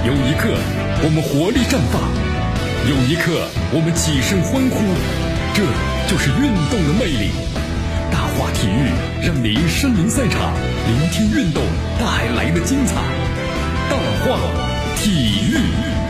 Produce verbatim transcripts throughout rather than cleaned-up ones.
有一刻我们活力绽放，有一刻我们起身欢呼，这就是运动的魅力。大话体育让您身临赛场，聆听运动带来的精彩。大话体育。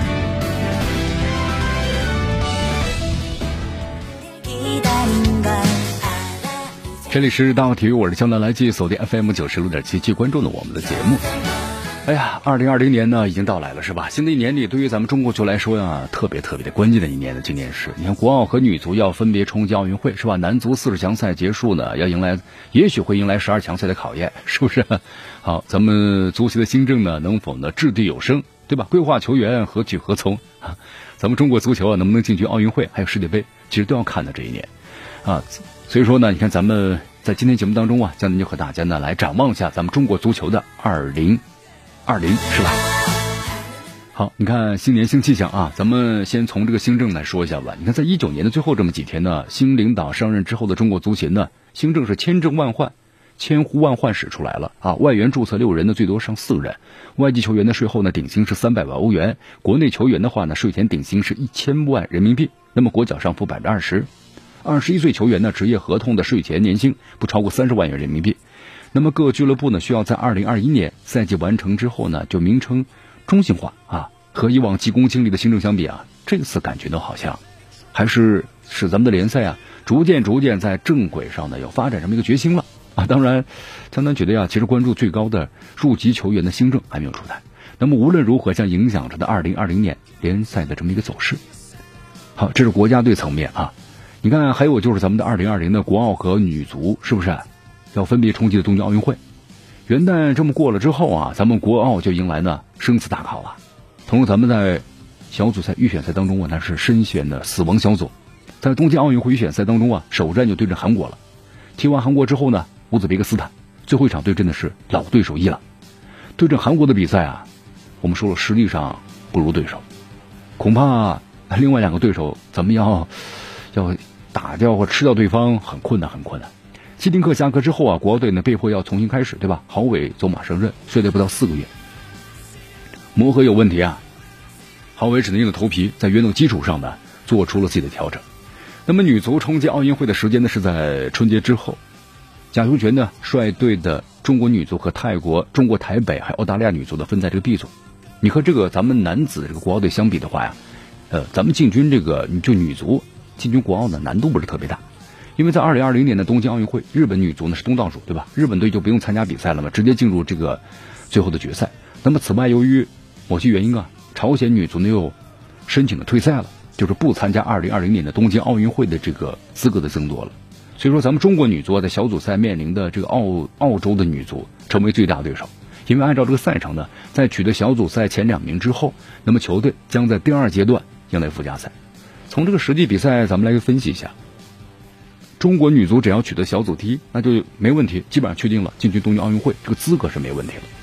这里是大话体育，我是江南，来继续锁定 F M 九十六点七，继续关注了我们的节目。哎呀，二零二零年呢已经到来了，是吧？新的一年里，对于咱们中国球来说呀，特别特别的关键的一年呢。今年是，你看国奥和女足要分别冲击奥运会，是吧？男足四十强赛结束呢，要迎来，也许会迎来十二强赛的考验，是不是？好，咱们足协的新政呢，能否呢掷地有声，对吧？规划球员何去何从啊？咱们中国足球啊，能不能进军奥运会，还有世界杯，其实都要看的这一年啊。所以说呢，你看咱们在今天节目当中啊，江南就和大家呢来展望一下咱们中国足球的二零二零，是吧？好，你看新年新气象啊，咱们先从这个新政来说一下吧。你看在一九年的最后这么几天呢，新领导上任之后的中国足协呢，新政是千征万换，千呼万唤始出来了啊！外援注册六人呢，最多上四人；外籍球员的税后呢，顶薪是三百万欧元；国内球员的话呢，税前顶薪是一千万人民币，那么国脚上浮百分之二十。二十一岁球员呢，职业合同的税前年薪不超过三十万元人民币。那么各俱乐部呢，需要在二零二一年赛季完成之后呢，就名称中性化啊。和以往急功近利的新政相比啊，这次感觉呢好像还是使咱们的联赛啊，逐渐逐渐在正轨上呢，有发展这么一个决心了啊。当然，江南觉得呀，其实关注最高的入籍球员的新政还没有出台。那么无论如何，将影响着的二零二零年联赛的这么一个走势。好，这是国家队层面啊。你看，还有就是咱们的二零二零的国奥和女足，是不是要分别冲击的东京奥运会？元旦这么过了之后啊，咱们国奥就迎来呢生死大考了。同时，咱们在小组赛预选赛当中啊，那是深陷的死亡小组。在东京奥运会预选赛当中啊，首战就对阵韩国了。踢完韩国之后呢，乌兹别克斯坦最后一场对阵的是老对手伊朗。对阵韩国的比赛啊，我们说了实力上不如对手，恐怕另外两个对手咱们要要打掉或吃掉对方很困难很困难。希丁克下课之后啊，国奥队呢被迫要重新开始，对吧？郝伟走马上任，率队不到四个月，磨合有问题啊。郝伟只能硬着头皮在原有基础上呢做出了自己的调整。那么女足冲击奥运会的时间呢是在春节之后，贾秀全呢率队的中国女足和泰国、中国台北还有澳大利亚女足的分在这个 B 组。你和这个咱们男子这个国奥队相比的话呀，呃，咱们进军这个就女足进军国奥呢难度不是特别大。因为在二零二零年的东京奥运会，日本女足呢是东道主，对吧？日本队就不用参加比赛了嘛，直接进入这个最后的决赛。那么此外，由于某些原因啊，朝鲜女足呢又申请了退赛了，就是不参加二零二零年的东京奥运会的这个资格的增多了。所以说，咱们中国女足在小组赛面临的这个澳澳洲的女足成为最大对手。因为按照这个赛程呢，在取得小组赛前两名之后，那么球队将在第二阶段迎来附加赛。从这个实际比赛，咱们来分析一下。中国女足只要取得小组第一，那就没问题，基本上确定了进军东京奥运会，这个资格是没问题了。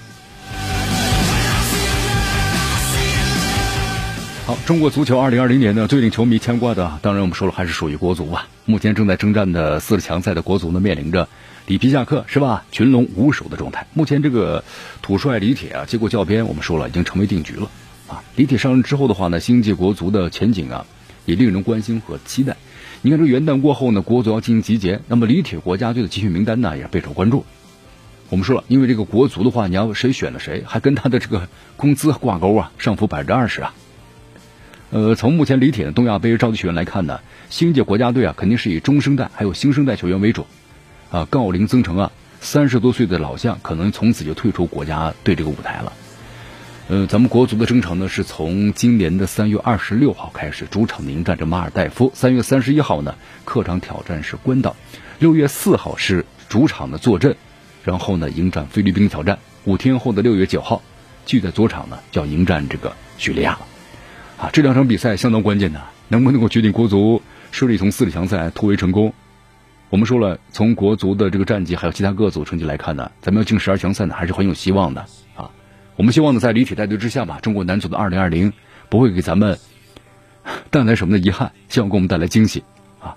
好，中国足球二零二零年呢，最令球迷牵挂的，当然我们说了还是属于国足吧。目前正在征战的四十强赛的国足呢，面临着里皮下课是吧？群龙无首的状态。目前这个土帅李铁啊，接过教鞭，我们说了已经成为定局了啊。李铁上任之后的话呢，新届国足的前景啊，也令人关心和期待。你看这个元旦过后呢，国足要进行集结，那么李铁国家队的集训名单呢也备受关注。我们说了，因为这个国足的话，你要谁选了谁，还跟他的这个工资挂钩啊，上浮百分之二十啊。呃，从目前李铁的东亚杯召集球员来看呢，新届国家队啊肯定是以中生代还有新生代球员为主啊，高龄增程啊，三十多岁的老将可能从此就退出国家队这个舞台了。呃，咱们国足的征程呢，是从今年的三月二十六号开始，主场迎战着马尔代夫；三月三十一号呢，客场挑战是关岛；六月四号是主场的坐镇，然后呢迎战菲律宾挑战。五天后的六月九号，继续在主场呢就要迎战这个叙利亚了。啊，这两场比赛相当关键的，能不能够决定国足顺利从四十强赛突围成功？我们说了，从国足的这个战绩还有其他各组成绩来看呢，咱们要进十二强赛呢还是很有希望的啊。我们希望呢，在李铁带队之下吧，中国男足的二零二零不会给咱们带来什么的遗憾，希望给我们带来惊喜啊。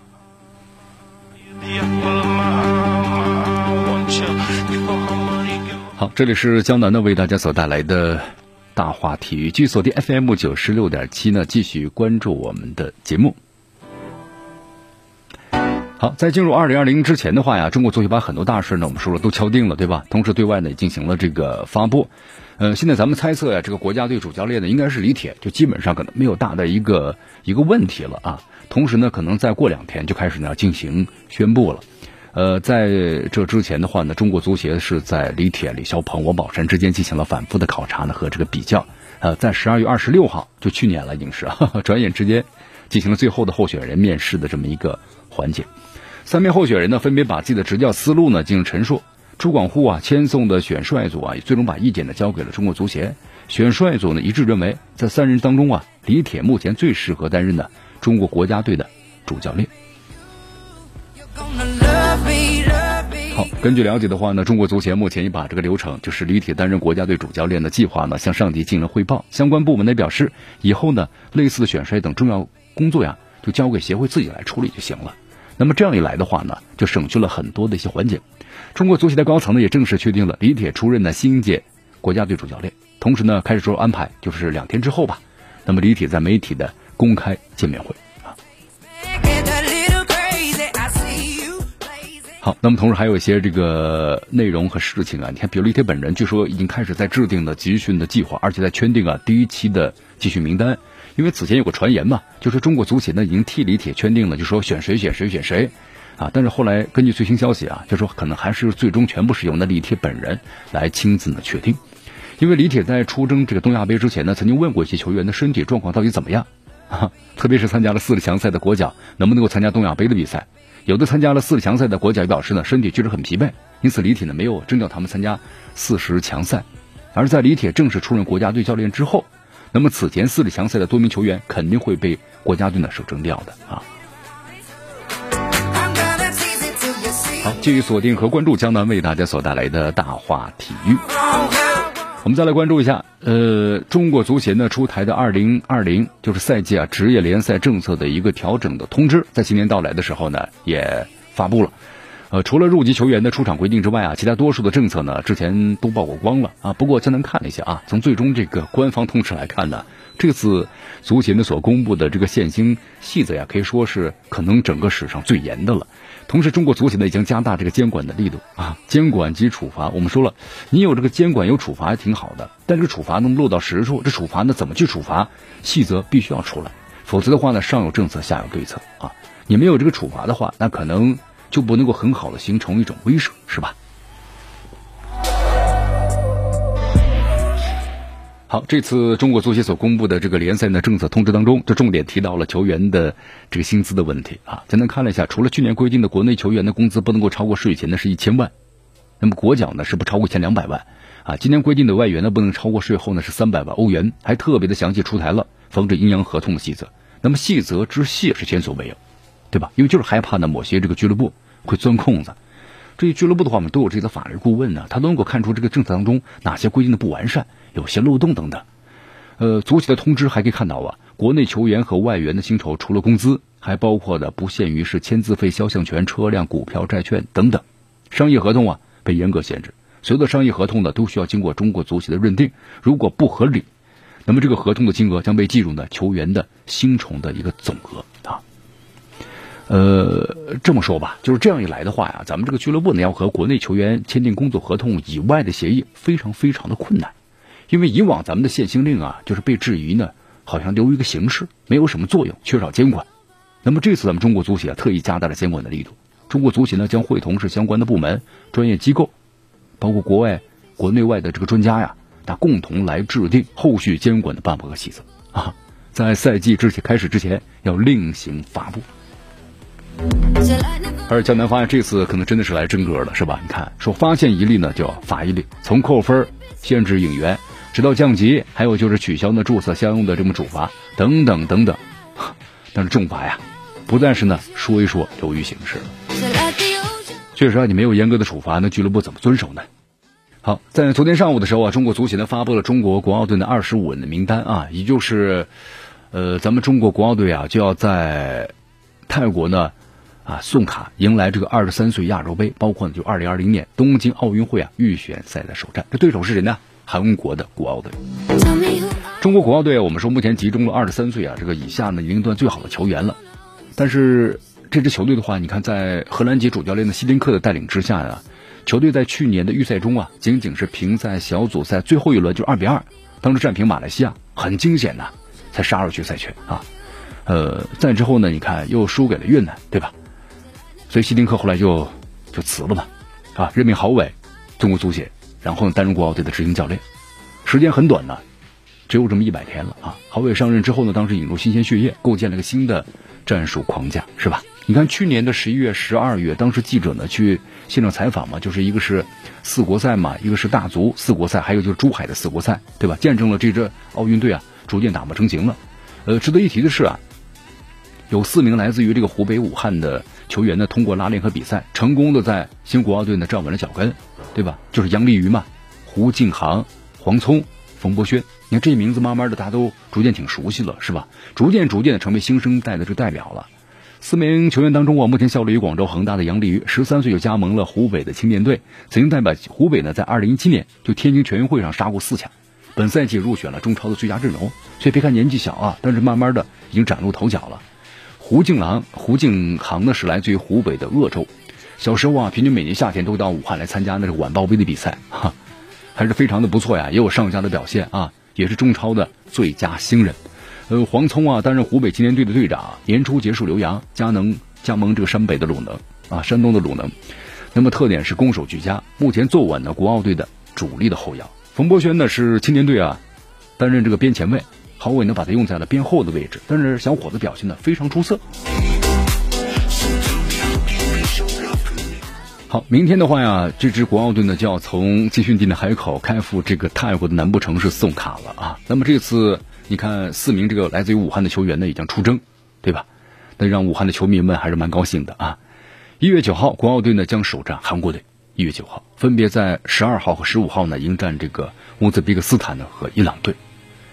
好，这里是江南呢为大家所带来的大话体育，继续锁定 F M 九十六点七呢，继续关注我们的节目。好，在进入二零二零之前的话呀，中国足协把很多大事呢，我们说了都敲定了，对吧？同时对外呢也进行了这个发布。呃，现在咱们猜测呀，这个国家队主教练呢应该是李铁，就基本上可能没有大的一个一个问题了啊。同时呢，可能再过两天就开始呢进行宣布了。呃，在这之前的话呢，中国足协是在李铁、李霄鹏、王宝山之间进行了反复的考察呢和这个比较。呃，在十二月二十六号，就去年了，已经是呵呵转眼之间进行了最后的候选人面试的这么一个环节。三名候选人呢，分别把自己的执教思路呢进行陈述。朱广沪啊签送的选帅组啊，最终把意见呢交给了中国足协。选帅组呢一致认为，在三人当中啊，李铁目前最适合担任呢中国国家队的主教练。好，根据了解的话呢，中国足协目前已把这个流程，就是李铁担任国家队主教练的计划呢，向上级进行了汇报。相关部门呢表示，以后呢类似的选帅等重要工作呀，就交给协会自己来处理就行了。那么这样一来的话呢，就省去了很多的一些环节。中国足协的高层呢也正式确定了李铁出任呢新一届国家队主教练，同时呢开始做安排，就是两天之后吧，那么李铁在媒体的公开见面会啊。好，那么同时还有一些这个内容和事情啊，你看，比如李铁本人据说已经开始在制定了集训的计划，而且在圈定啊第一期的集训名单。因为此前有个传言嘛，就是中国足协呢已经替李铁圈定了，就说选谁选谁选谁啊。但是后来根据最新消息啊，就说可能还是最终全部是由呢李铁本人来亲自呢确定。因为李铁在出征这个东亚杯之前呢，曾经问过一些球员的身体状况到底怎么样啊，特别是参加了四十强赛的国脚能不能够参加东亚杯的比赛。有的参加了四十强赛的国脚表示呢身体确实很疲惫，因此李铁呢没有征调他们参加四十强赛。而在李铁正式出任国家队教练之后，那么此前四十强赛的多名球员肯定会被国家队呢手征掉的啊。好，继续锁定和关注江南为大家所带来的大话体育。我们再来关注一下，呃，中国足协呢出台的二零二零就是赛季啊职业联赛政策的一个调整的通知，在今年到来的时候呢也发布了。呃，除了入籍球员的出场规定之外啊，其他多数的政策呢，之前都曝过光了啊。不过江南看了一下啊，从最终这个官方通知来看呢，这次足协呢所公布的这个限薪细则呀，可以说是可能整个史上最严的了。同时，中国足协呢已经加大这个监管的力度啊，监管及处罚。我们说了，你有这个监管有处罚还挺好的，但这个处罚能落到实处，这处罚呢怎么去处罚，细则必须要出来，否则的话呢，上有政策，下有对策啊。你没有这个处罚的话，那可能就不能够很好的形成一种威慑，是吧？好，这次中国足协所公布的这个联赛的政策通知当中，这重点提到了球员的这个薪资的问题啊。简单看了一下，除了去年规定的国内球员的工资不能够超过税前的是一千万，那么国脚呢是不超过一千两百万啊。今年规定的外援呢不能超过税后呢是三百万欧元，还特别的详细出台了防止阴阳合同的细则。那么细则之细是前所未有，对吧？因为就是害怕呢某些这个俱乐部会钻空子。这些俱乐部的话，我们都有这些法律顾问呢，他都能够看出这个政策当中哪些规定的不完善，有些漏洞等等。呃，足协的通知还可以看到啊，国内球员和外援的薪酬除了工资，还包括的不限于是签字费、肖像权、车辆、股票、债券等等。商业合同啊被严格限制，所有的商业合同呢都需要经过中国足协的认定，如果不合理，那么这个合同的金额将被计入呢球员的薪酬的一个总额啊。呃，这么说吧，就是这样一来的话呀，咱们这个俱乐部呢要和国内球员签订工作合同以外的协议，非常非常的困难。因为以往咱们的限薪令啊，就是被质疑呢，好像流于一个形式，没有什么作用，缺少监管。那么这次咱们中国足协啊，特意加大了监管的力度。中国足协呢，将会同是相关的部门、专业机构，包括国外、国内外的这个专家呀，那共同来制定后续监管的办法和细则啊，在赛季之前开始之前，要另行发布。而江南发现这次可能真的是来真格的，是吧？你看，说发现一例呢，就要罚一例，从扣分、限制引援。直到降级，还有就是取消呢注册相应的这么处罚等等等等，但是重罚呀，不但是呢说一说流于形式了。确实啊，你没有严格的处罚，那俱乐部怎么遵守呢？好，在昨天上午的时候啊，中国足协呢发布了中国国奥队的二十五人的名单啊，也就是呃咱们中国国奥队啊就要在泰国呢啊送卡迎来这个二十三岁亚洲杯，包括呢就二零二零年东京奥运会啊预选赛的首战，这对手是谁呢？ 韩国的国奥队。中国国奥队我们说目前集中了二十三岁啊这个以下呢年龄段最好的球员了，但是这支球队的话，你看在荷兰籍主教练的希丁克的带领之下啊，球队在去年的预赛中啊，仅仅是凭在小组赛最后一轮就二比二，当时战平马来西亚，很惊险呐、啊，才杀入决赛圈啊。呃，再之后呢，你看又输给了越南，对吧？所以希丁克后来就就辞了吧，啊，任命郝伟中国足协，然后担任国奥队的执行教练，时间很短呢。只有这么一百天了啊！郝伟上任之后呢，当时引入新鲜血液，构建了个新的战术框架，是吧？你看去年的十一月、十二月，当时记者呢去现场采访嘛，就是一个是四国赛嘛，一个是大足四国赛，还有就是珠海的四国赛，对吧？见证了这支奥运队啊逐渐打磨成型了。呃，值得一提的是啊，有四名来自于这个湖北武汉的球员呢，通过拉练和比赛，成功的在新国奥队呢站稳了脚跟，对吧？就是杨立瑜嘛、胡敬航、黄聪、冯博轩。你看这名字慢慢的大家都逐渐挺熟悉了，是吧？逐渐逐渐的成为新生代的这个代表了。四名球员当中啊，目前效力于广州恒大的杨立瑜，十三岁就加盟了湖北的青年队，曾经代表湖北呢，在二零一七年就天津全运会上杀过四强，本赛季入选了中超的最佳阵容。所以别看年纪小啊，但是慢慢的已经崭露头角了。胡敬航、胡敬航呢是来自于湖北的鄂州，小时候啊，平均每年夏天都到武汉来参加那个晚报杯的比赛，哈，还是非常的不错呀，也有上佳的表现啊。也是中超的最佳新人。呃，黄聪啊担任湖北青年队的队长，年初结束留洋，加能加盟这个山北的鲁能啊，山东的鲁能。那么特点是攻守俱佳，目前坐稳了国奥队的主力的后腰。冯博轩呢是青年队啊担任这个边前卫，郝伟呢把他用在了边后的位置，但是小伙子表现的非常出色。好，明天的话呀，这支国奥队呢就要从集训地的海口开赴这个泰国的南部城市宋卡了啊。那么这次你看四名这个来自于武汉的球员呢已经出征，对吧？那让武汉的球迷们还是蛮高兴的啊。一月九号，国奥队呢将首战韩国队，一月九号分别在十二号和十五号呢迎战这个乌兹别克斯坦呢和伊朗队。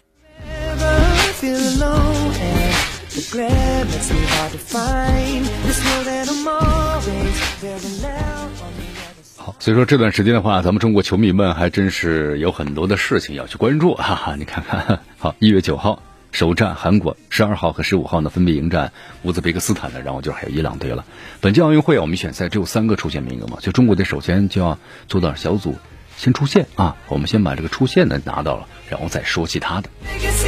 好，所以说这段时间的话，咱们中国球迷们还真是有很多的事情要去关注，哈哈，你看看，好，一月九号首战韩国，十二号和十五号呢分别迎战乌兹别克斯坦的，然后就还有伊朗队了。本届奥运会啊，我们选赛只有三个出线名额嘛，就中国队首先就要做到小组先出线啊，我们先把这个出线的拿到了，然后再说其他的。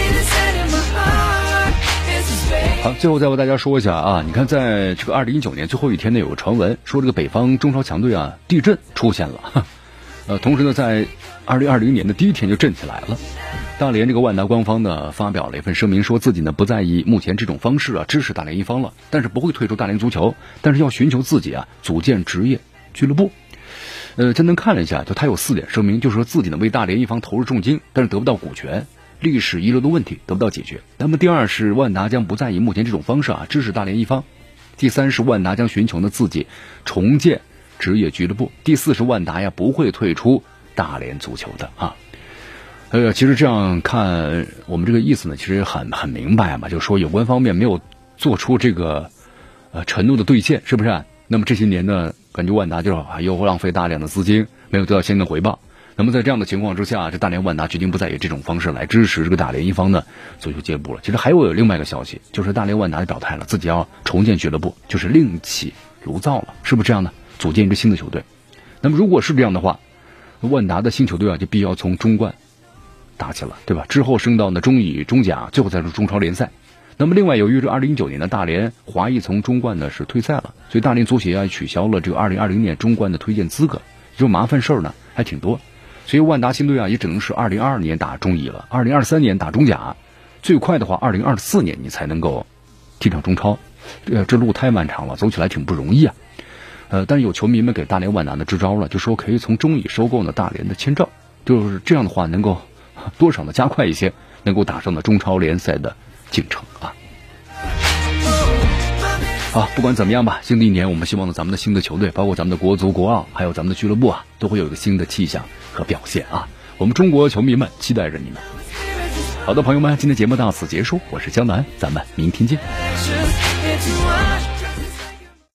好，最后再为大家说一下啊，你看在这个二零一九年最后一天呢，有个传闻说这个北方中超强队啊地震出现了，呃，同时呢在二零二零年的第一天就震起来了。大连这个万达官方呢发表了一份声明，说自己呢不在意目前这种方式啊支持大连一方了，但是不会退出大连足球，但是要寻求自己啊组建职业俱乐部。呃，真能看了一下，就他有四点声明，就是说自己呢为大连一方投入重金，但是得不到股权。历史遗留的问题得不到解决。那么第二是万达将不再以目前这种方式啊支持大连一方。第三是万达将寻求呢自己重建职业俱乐部。第四是万达呀不会退出大连足球的啊。呃，其实这样看，我们这个意思呢，其实很很明白嘛，就是说有关方面没有做出这个呃承诺的兑现，是不是啊？那么这些年呢，感觉万达就是啊又浪费大量的资金，没有得到相应的回报。那么在这样的情况之下，这大连万达决定不再以这种方式来支持这个大连一方的足球俱乐部了。其实还有另外一个消息，就是大连万达表态了，自己要重建俱乐部，就是另起炉灶了，是不是这样呢？组建一支新的球队。那么如果是这样的话，万达的新球队啊就必须要从中冠打起了，对吧？之后升到呢中乙、中甲，最后再是中超联赛。那么另外由于这二零一九年的大连华裔从中冠呢是退赛了，所以大连足协啊取消了这个二零二零年中冠的推荐资格，就麻烦事儿呢还挺多。所以万达新队啊也只能是二零二二年打中乙了，二零二三年打中甲，最快的话二零二四年你才能够踢上中超。呃，这路太漫长了，走起来挺不容易啊。呃，但是有球迷们给大连万达的支招了，就说可以从中乙收购呢大连的签证，就是这样的话能够多少的加快一些，能够打上了中超联赛的进程啊。啊，不管怎么样吧，新的一年我们希望呢咱们的新的球队，包括咱们的国足、国奥，还有咱们的俱乐部啊，都会有一个新的气象和表现啊。我们中国球迷们期待着你们。好的，朋友们，今天节目到此结束，我是江南，咱们明天见。